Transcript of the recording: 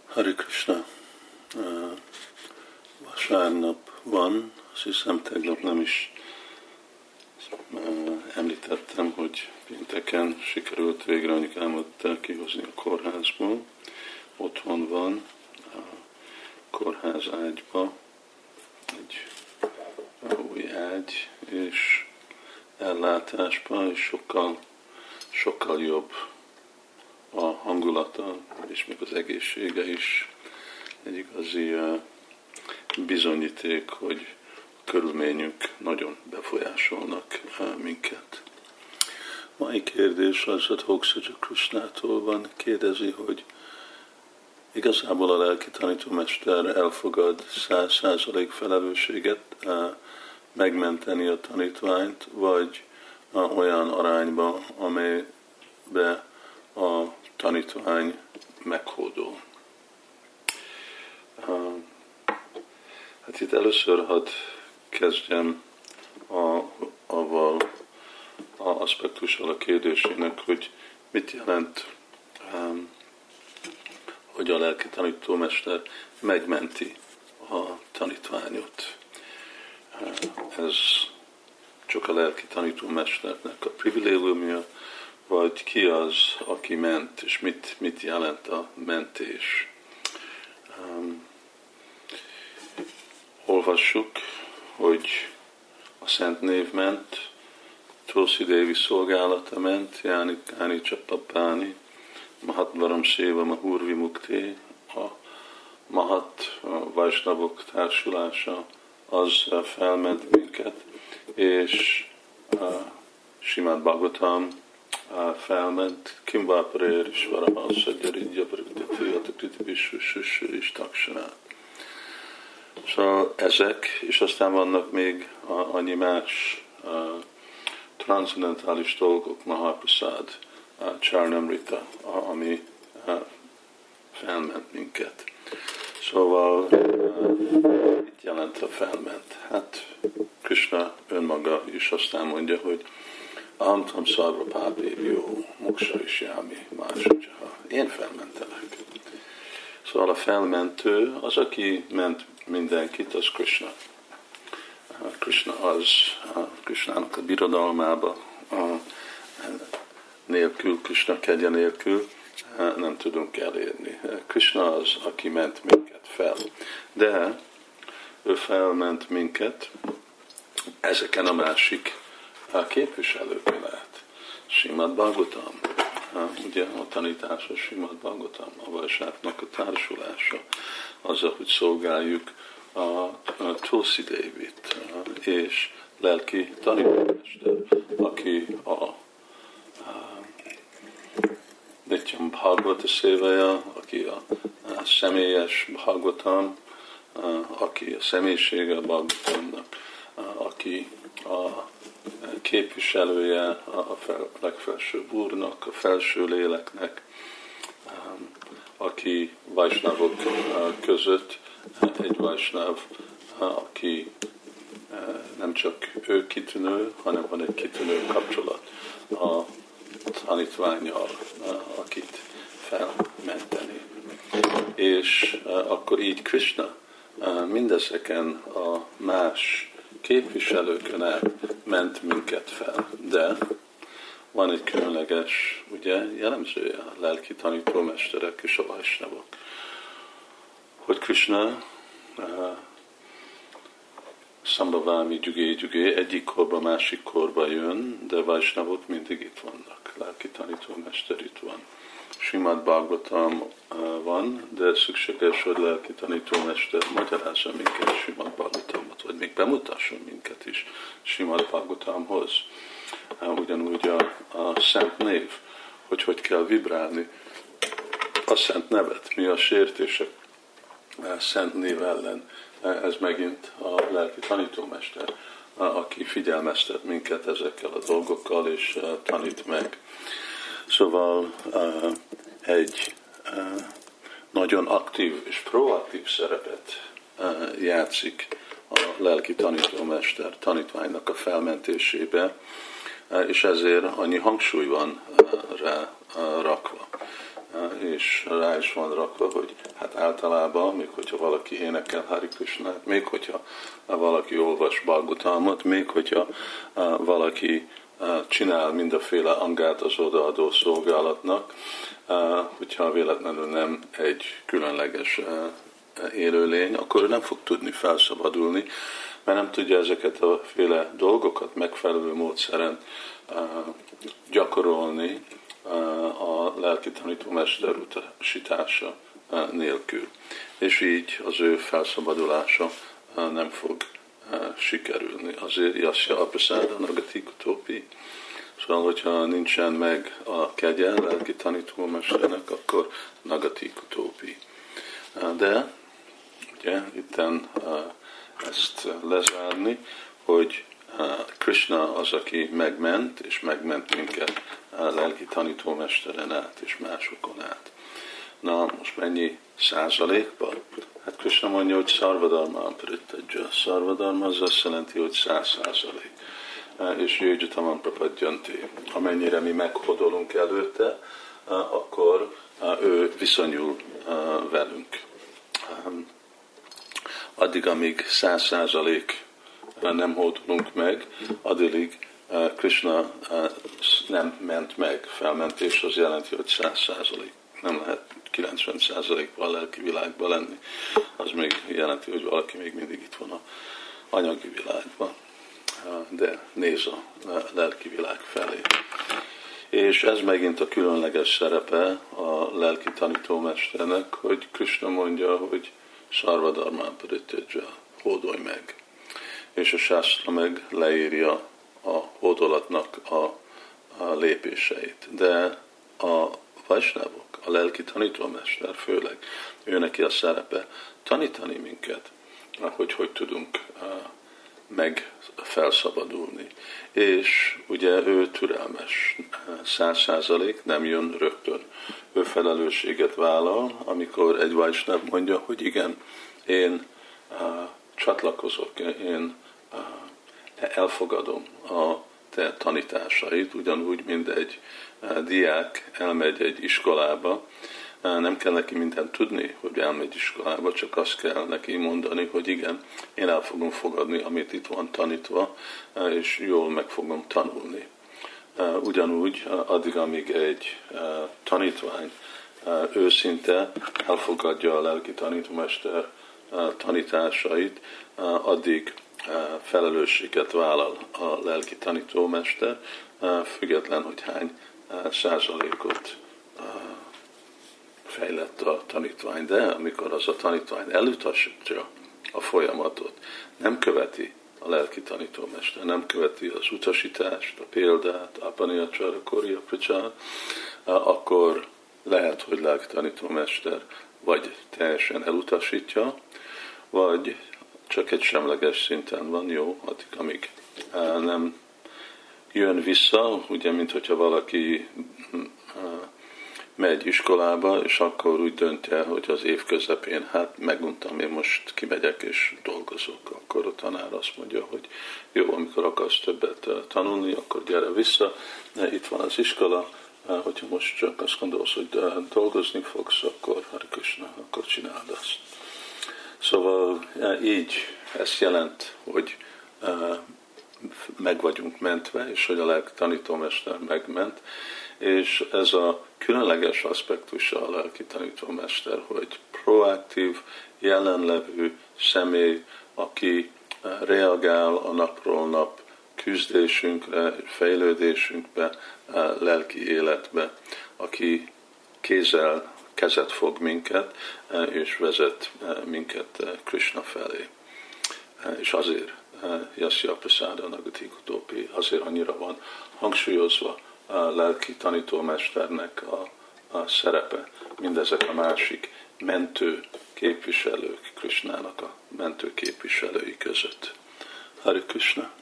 Hare Krishna. Vasárnap van, azt hiszem tegnap nem is említettem, hogy pénteken sikerült végre anyukámat kihozni a kórházból. Otthon van, a kórház ágyba, egy új ágy, és ellátásban, és sokkal jobb a hangulata, és még az egészsége is egy igazi bizonyíték, hogy a körülményünk nagyon befolyásolnak minket. Mai kérdés az a Hokshaja Krishnától van, kérdezi, hogy igazából a lelki tanítómester elfogad 100% felelősséget megmenteni a tanítványt, vagy olyan arányba, amelybe a tanítvány meghódol. Hát itt először hadd kezdjem avval az aspektussal a kérdésének, hogy mit jelent, hogy a lelki tanítómester megmenti a tanítványot. Ez csak a lelki tanítómesternek a privilégiumja, vagy ki az, aki ment, és mit jelent a mentés. Olvassuk, hogy a Szent Név ment, Tulsi Devi szolgálata ment, Jáni Csapapáni, Mahatvaram Séva Mahurvi Mukti, a Mahat Vajsnavok társulása, az felment minket, és Simad Bhagavatam felment, Kimváparér is Varahasa Gyaridja Vrögdeti Atakriti Visvussus is Taksanát. Szóval ezek, és aztán vannak még annyi más transzendentális dolgok, Mahaprasad, Charnamrita, ami felment minket. Szóval mit jelent a felment? Hát Krishna önmaga is aztán mondja, hogy Ahamtam Szarva Pápébjó, Moksa is Jámi, Másodjaha. Én felmentelek. Szóval a felmentő, az, aki ment mindenkit, az Krishna. Krishna az, Krishnának a birodalmába nélkül, Krishna kegye nélkül nem tudunk elérni. Krishna az, aki ment minket fel. De ő felment minket ezeken a másik képviselők lehet. Simad Bhagavatam, ugye a tanítása Simad Bhagavatam, a Vajsnavnak a társulása, az, ahogy szolgáljuk a Tulsi Devit, és lelki tanítómester, aki a Nityam Bhagavata Sévaja, aki a személyes Bhagavatam, aki a személyisége a Bhagavatamnak, aki a képviselője a legfelsőbb úrnak, a felső léleknek, aki vajsnavok között egy vajsnav, aki nem csak ő kitűnő, hanem van egy kitűnő kapcsolat a tanítvánnyal, akit felmenteni. És akkor így Krishna mindezeken a más képviselőkön át ment minket fel. De van egy különleges, ugye, jellemzője a lelki tanítómesterek és a vajsnavok, hogy Krishna Szambhavámi gyugé, egyik korba, másik korba jön, de vajsnavok mindig itt vannak. Lelki tanítómester itt van. Simad Bhagavatam van, de szükséges, hogy lelki tanítómester magyarázza minket Simad Bhagavatamot, vagy még bemutasson minket is Simad Bhagavatamhoz. Ugyanúgy a Szent Név, hogy kell vibrálni a Szent Nevet, mi a sértések a Szent Név ellen. Ez megint a lelki tanítómester, aki figyelmeztet minket ezekkel a dolgokkal, és tanít meg. Szóval egy nagyon aktív és proaktív szerepet játszik a lelki tanítómester tanítványnak a felmentésébe, és ezért annyi hangsúly van rá rakva. és rá is van rakva, hogy hát általában, még hogyha valaki énekel Hari Krishnát, még hogyha valaki olvas Bhagavatamot, még hogyha valaki csinál mindenféle angát az odaadó szolgálatnak, hogyha véletlenül nem egy különleges élőlény, akkor ő nem fog tudni felszabadulni, mert nem tudja ezeket a féle dolgokat megfelelő módszeren gyakorolni a lelki tanítómester utasítása nélkül. És így az ő felszabadulása nem fog sikerülni. Azért Yasya Aprasáda Nagati Kutópi. Szóval, hogyha nincsen meg a kegye lelki tanítómesternek, akkor Nagati Kutópi. De ugye itten ezt lezárni, hogy Krishna az, aki megment, és megment minket lelki tanítómesteren át, és másokon át. Na, most mennyi százalékban? Hát Krishna mondja, hogy Sarvadharmán Parittajja. Sarvadharma az azt jelenti, hogy 100%. És Jejjutaman Prapadjanti. Amennyire mi meghódolunk előtte, akkor ő viszonyul velünk. Addig, amíg 100% nem hódolunk meg, addig Krishna nem ment meg. Felmentés az jelenti, hogy 100%. Nem lehet 90%-ban a lelki világban lenni. Az még jelenti, hogy valaki még mindig itt van a anyagi világban. De néz a lelki világ felé. És ez megint a különleges szerepe a lelki tanítómesternek, hogy Krishna mondja, hogy Sarvadharmán Parittajja, hódolj meg. És a sásztra meg leírja a hódolatnak a lépéseit. De a vajsnávok, a lelki tanítómester főleg, ő neki a szerepe tanítani minket, hogy tudunk meg felszabadulni. És ugye ő türelmes, 100% nem jön rögtön. Ő felelősséget vállal, amikor egy vajsnáv mondja, hogy igen, én csatlakozok, én elfogadom a te tanításait, ugyanúgy, mint egy diák elmegy egy iskolába, nem kell neki mindent tudni, hogy elmegy iskolába, csak azt kell neki mondani, hogy igen, én el fogom fogadni, amit itt van tanítva, és jól meg fogom tanulni. Ugyanúgy, addig, amíg egy tanítvány őszinte elfogadja a lelki tanítómester tanításait, addig felelősséget vállal a lelki tanítómester, független, hogy hány százalékot fejlett a tanítvány. De amikor az a tanítvány elutasítja a folyamatot, nem követi a lelki tanítómester, nem követi az utasítást, a példát, apaniacsara, korja, pracsár, akkor lehet, hogy lelki tanítómester vagy teljesen elutasítja, vagy csak egy semleges szinten van jó, addig, amíg nem jön vissza, ugye, mint hogyha valaki megy iskolába, és akkor úgy döntje, hogy az év közepén, hát meguntam, én most kimegyek és dolgozok. Akkor a tanár azt mondja, hogy jó, amikor akarsz többet tanulni, akkor gyere vissza, itt van az iskola, hogyha most csak azt gondolsz, hogy dolgozni fogsz, akkor Hare Krishna, akkor csináld azt. Szóval így ezt jelent, hogy meg vagyunk mentve, és hogy a lelki tanítómester megment, és ez a különleges aspektusa a lelki tanítómester, hogy proaktív, jelenlevő személy, aki reagál a napról nap küzdésünkre, fejlődésünkbe, lelki életbe, aki kezet fog minket, és vezet minket Krishna felé. És azért Yasya Prasáda Nagati Kutópi, azért annyira van hangsúlyozva a lelki tanítómesternek a szerepe, mindezek a másik mentő képviselők, Krishnának a mentő képviselői között. Hare Krishna!